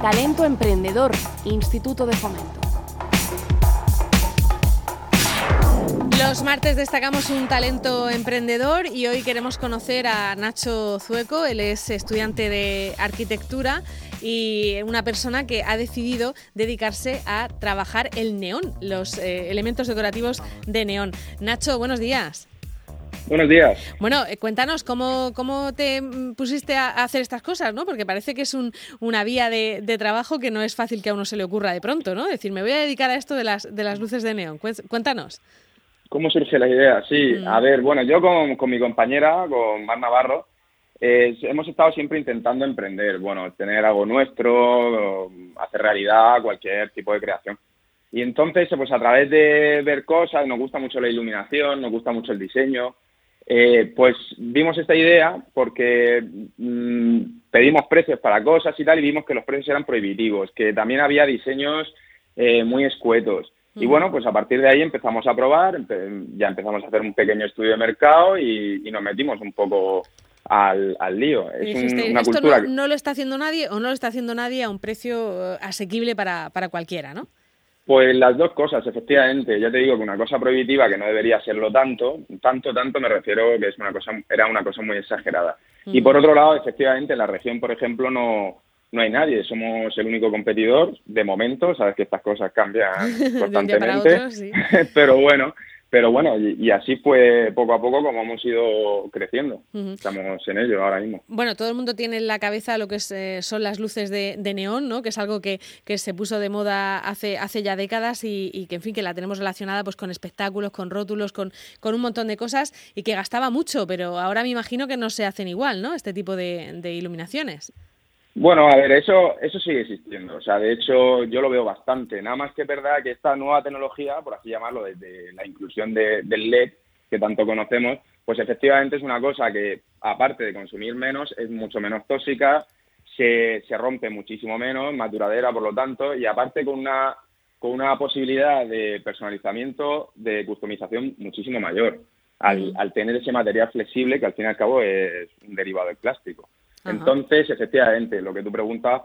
Talento Emprendedor, Instituto de Fomento. Los martes destacamos un talento emprendedor y hoy queremos conocer a Nacho Zueco. Él es estudiante de arquitectura y una persona que ha decidido dedicarse a trabajar el neón, los elementos decorativos de neón. Nacho, buenos días. Buenos días. Bueno, cuéntanos cómo te pusiste a hacer estas cosas, ¿no? Porque parece que es una vía de trabajo que no es fácil que a uno se le ocurra de pronto, ¿no? Decir, me voy a dedicar a esto de las luces de neón. Cuéntanos. ¿Cómo surge la idea? Sí, a ver, bueno, yo con mi compañera, con Mar Navarro, hemos estado siempre intentando emprender, bueno, tener algo nuestro, hacer realidad cualquier tipo de creación. Y entonces, pues a través de ver cosas, nos gusta mucho la iluminación, nos gusta mucho el diseño, pues vimos esta idea porque pedimos precios para cosas y tal y vimos que los precios eran prohibitivos, que también había diseños muy escuetos. Y bueno, pues a partir de ahí empezamos a probar, ya empezamos a hacer un pequeño estudio de mercado y nos metimos un poco al lío. Es dijiste, una esto cultura no lo está haciendo nadie o no lo está haciendo nadie a un precio asequible para cualquiera, ¿no? Pues las dos cosas, efectivamente. Ya te digo que una cosa prohibitiva que no debería serlo tanto me refiero que era una cosa muy exagerada. Y por otro lado, efectivamente, en la región, por ejemplo, no hay nadie. Somos el único competidor de momento. Sabes que estas cosas cambian constantemente. De un día para otro, sí. pero bueno, y así fue poco a poco como hemos ido creciendo. Estamos en ello ahora mismo. Bueno, todo el mundo tiene en la cabeza lo que son las luces de neón, ¿no? Que es algo que se puso de moda hace ya décadas y que, en fin, que la tenemos relacionada pues con espectáculos, con rótulos, con un montón de cosas y que gastaba mucho, pero ahora me imagino que no se hacen igual, ¿no? Este tipo de iluminaciones. Bueno, a ver, eso sigue existiendo. O sea, de hecho, yo lo veo bastante. Nada más que es verdad que esta nueva tecnología, por así llamarlo, desde la inclusión del LED, que tanto conocemos, pues efectivamente es una cosa que, aparte de consumir menos, es mucho menos tóxica, se rompe muchísimo menos, más duradera, por lo tanto, y aparte con una posibilidad de personalizamiento, de customización muchísimo mayor, al tener ese material flexible que al fin y al cabo es un derivado del plástico. Ajá. Entonces, efectivamente, lo que tú preguntabas,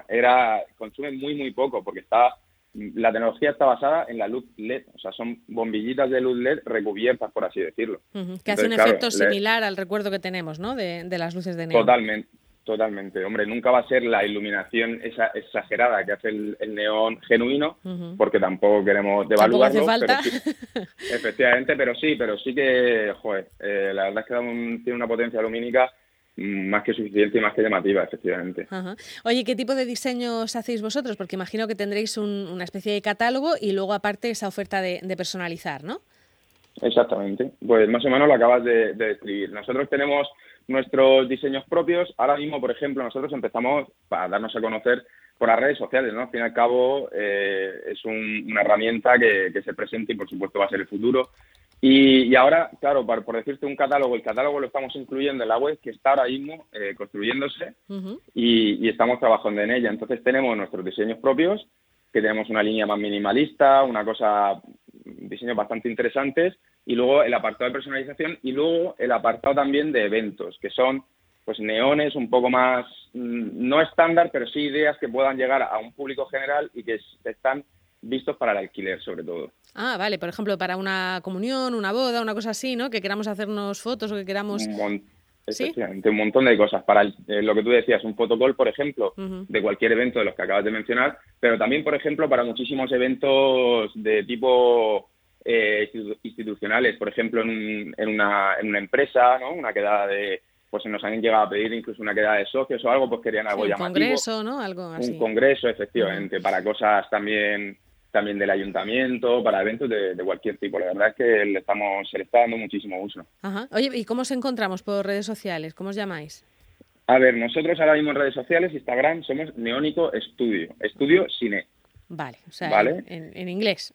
consume muy, muy poco, porque la tecnología está basada en la luz LED, o sea, son bombillitas de luz LED recubiertas, por así decirlo. Que hace un efecto similar al recuerdo que tenemos, ¿no?, de las luces de neón. Totalmente. Hombre, nunca va a ser la iluminación esa exagerada que hace el neón genuino, porque tampoco queremos devaluarlo. Tampoco hace falta. Pero sí, efectivamente, pero sí que, la verdad es que tiene una potencia lumínica más que suficiente y más que llamativa, efectivamente. Ajá. Oye, ¿qué tipo de diseños hacéis vosotros? Porque imagino que tendréis una especie de catálogo y luego aparte esa oferta de personalizar, ¿no? Exactamente. Pues más o menos lo acabas de describir. Nosotros tenemos nuestros diseños propios. Ahora mismo, por ejemplo, nosotros empezamos para darnos a conocer por las redes sociales, ¿no? Al fin y al cabo es una herramienta que se presenta y por supuesto va a ser el futuro. Y ahora, claro, por decirte un catálogo, el catálogo lo estamos incluyendo en la web que está ahora mismo construyéndose y estamos trabajando en ella. Entonces tenemos nuestros diseños propios, que tenemos una línea más minimalista, diseños bastante interesantes, y luego el apartado de personalización y luego el apartado también de eventos, que son pues neones un poco más, no estándar, pero sí ideas que puedan llegar a un público general y que están vistos para el alquiler, sobre todo. Ah, vale, por ejemplo, para una comunión, una boda, una cosa así, ¿no? Que queramos hacernos fotos o que queramos... Efectivamente, un montón de cosas. Para lo que tú decías, un fotocall, por ejemplo, de cualquier evento de los que acabas de mencionar, pero también, por ejemplo, para muchísimos eventos de tipo institucionales, por ejemplo, en una empresa, ¿no? Una quedada pues nos han llegado a pedir incluso una quedada de socios o algo, pues querían algo llamativo. Un congreso, ¿no? Algo así. Un congreso, efectivamente, para cosas también del ayuntamiento, para eventos de cualquier tipo. La verdad es que se le está dando muchísimo uso. Ajá. Oye, ¿y cómo os encontramos por redes sociales? ¿Cómo os llamáis? A ver, nosotros ahora mismo en redes sociales, Instagram, somos Neónico Estudio Cine. Vale, o sea, ¿vale? En inglés.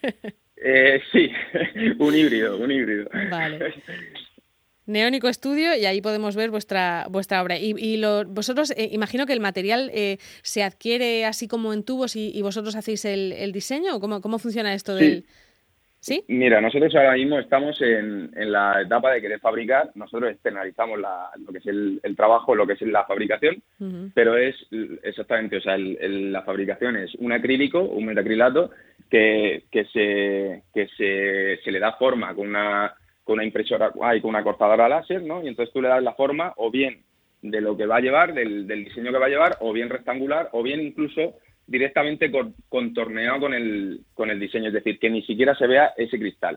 Sí, un híbrido. Vale. Neónico Estudio, y ahí podemos ver vuestra obra. Y vosotros, imagino que el material se adquiere así como en tubos y vosotros hacéis el diseño, ¿o cómo funciona esto del...? ¿Sí? Mira, nosotros ahora mismo estamos en la etapa de querer fabricar. Nosotros externalizamos lo que es el trabajo, lo que es la fabricación, pero es exactamente, o sea, la fabricación es un acrílico, un metacrilato que se le da forma con una impresora y con una cortadora láser, ¿no? Y entonces tú le das la forma o bien de lo que va a llevar, del diseño que va a llevar, o bien rectangular, o bien incluso directamente contorneado con el diseño, es decir, que ni siquiera se vea ese cristal,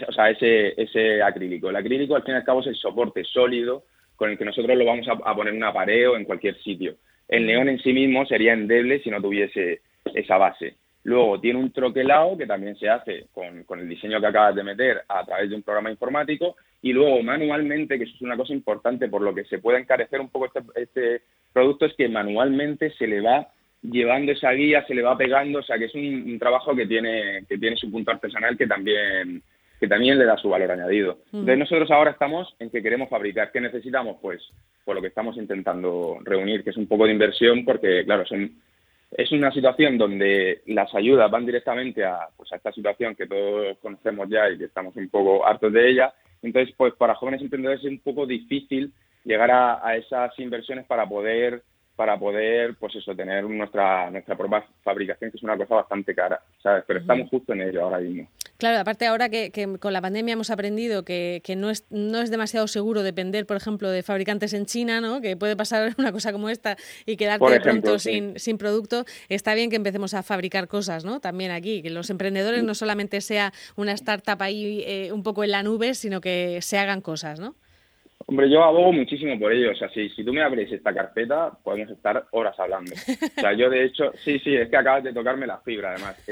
ese acrílico. El acrílico, al fin y al cabo, es el soporte sólido con el que nosotros lo vamos a poner en una pared o en cualquier sitio. El neón en sí mismo sería endeble si no tuviese esa base. Luego tiene un troquelado que también se hace con el diseño que acabas de meter a través de un programa informático, y luego manualmente, que eso es una cosa importante por lo que se puede encarecer un poco este producto, es que manualmente se le va llevando esa guía, se le va pegando, o sea que es un trabajo que tiene su punto artesanal que también le da su valor añadido. Entonces nosotros ahora estamos en que queremos fabricar. ¿Qué necesitamos? Pues por lo que estamos intentando reunir, que es un poco de inversión, porque claro, es una situación donde las ayudas van directamente a esta situación que todos conocemos ya y que estamos un poco hartos de ella. Entonces, pues para jóvenes emprendedores es un poco difícil llegar a esas inversiones para poder pues eso, tener nuestra propia fabricación, que es una cosa bastante cara, ¿sabes? Pero estamos justo en ello ahora mismo. Claro, aparte ahora que con la pandemia hemos aprendido que no es demasiado seguro depender, por ejemplo, de fabricantes en China, ¿no? Que puede pasar una cosa como esta y quedarte de pronto sin producto. Está bien que empecemos a fabricar cosas, ¿no? También aquí, que los emprendedores no solamente sea una startup ahí un poco en la nube, sino que se hagan cosas, ¿no? Hombre, yo abogo muchísimo por ello. O sea, si tú me abres esta carpeta, podemos estar horas hablando. O sea, yo de hecho, sí, es que acabas de tocarme la fibra, además.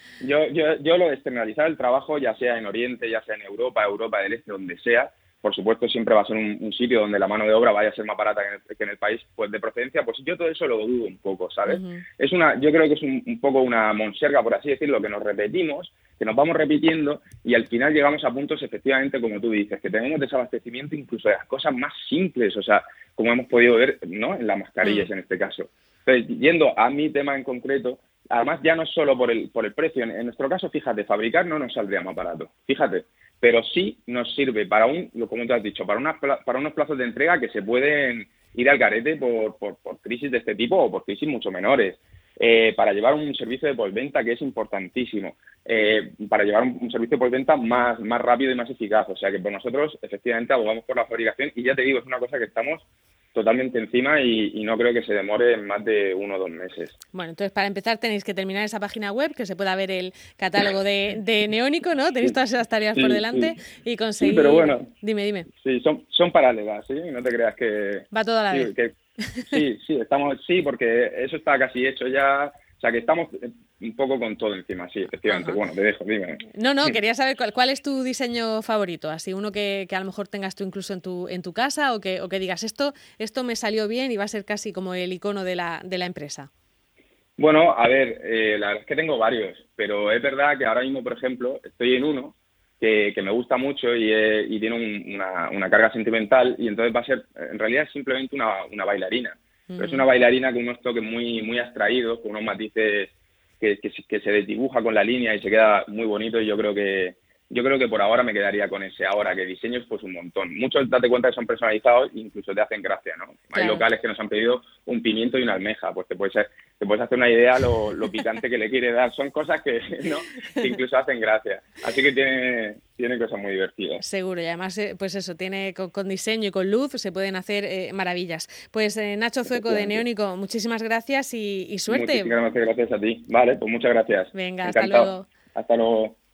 Yo lo de externalizar el trabajo, ya sea en Oriente, ya sea en Europa del Este, donde sea, por supuesto siempre va a ser un sitio donde la mano de obra vaya a ser más barata que en el país pues de procedencia, pues yo todo eso lo dudo un poco, ¿sabes? Yo creo que es un poco una monserga, por así decirlo, que nos repetimos, que nos vamos repitiendo y al final llegamos a puntos, efectivamente, como tú dices, que tenemos desabastecimiento incluso de las cosas más simples, o sea, como hemos podido ver, ¿no?, en las mascarillas en este caso. Entonces, yendo a mi tema en concreto, además ya no es solo por el precio, en nuestro caso, fíjate, fabricar no nos saldría más barato, fíjate, pero sí nos sirve como tú has dicho, para unos plazos de entrega que se pueden ir al garete por crisis de este tipo o por crisis mucho menores. Para llevar un servicio de postventa que es importantísimo, para llevar un servicio de postventa más rápido y más eficaz. O sea que por nosotros, efectivamente, abogamos por la fabricación y ya te digo, es una cosa que estamos totalmente encima y no creo que se demore más de 1 o 2 meses. Bueno, entonces para empezar tenéis que terminar esa página web, que se pueda ver el catálogo de Neónico, ¿no? Tenéis todas esas tareas por delante y conseguir... Sí, pero bueno... Dime. Sí, son paralelas, ¿sí? No te creas que... Va todo a la vez. Sí, porque eso está casi hecho ya, o sea que estamos un poco con todo encima, sí, efectivamente. Ajá. Bueno, te dejo, dime. No, quería saber cuál es tu diseño favorito, así uno que a lo mejor tengas tú incluso en tu casa o que digas esto me salió bien y va a ser casi como el icono de la empresa. Bueno, a ver, la verdad es que tengo varios, pero es verdad que ahora mismo, por ejemplo, estoy en uno que me gusta mucho y tiene una carga sentimental y entonces va a ser, en realidad es simplemente una bailarina. Pero es una bailarina con unos toques muy abstraídos, con unos matices que se desdibuja con la línea y se queda muy bonito y yo creo que por ahora me quedaría con ese. Ahora, que diseños, pues un montón. Muchos, date cuenta, que son personalizados e incluso te hacen gracia, ¿no? Claro. Hay locales que nos han pedido un pimiento y una almeja, pues te puedes hacer una idea lo picante que le quiere dar. Son cosas que incluso hacen gracia. Así que tiene cosas muy divertidas. Seguro, y además, pues eso, tiene con diseño y con luz se pueden hacer maravillas. Pues Nacho Zueco de Neónico, muchísimas gracias y suerte. Muchísimas gracias a ti. Vale, pues muchas gracias. Venga, encantado. hasta luego. Hasta luego.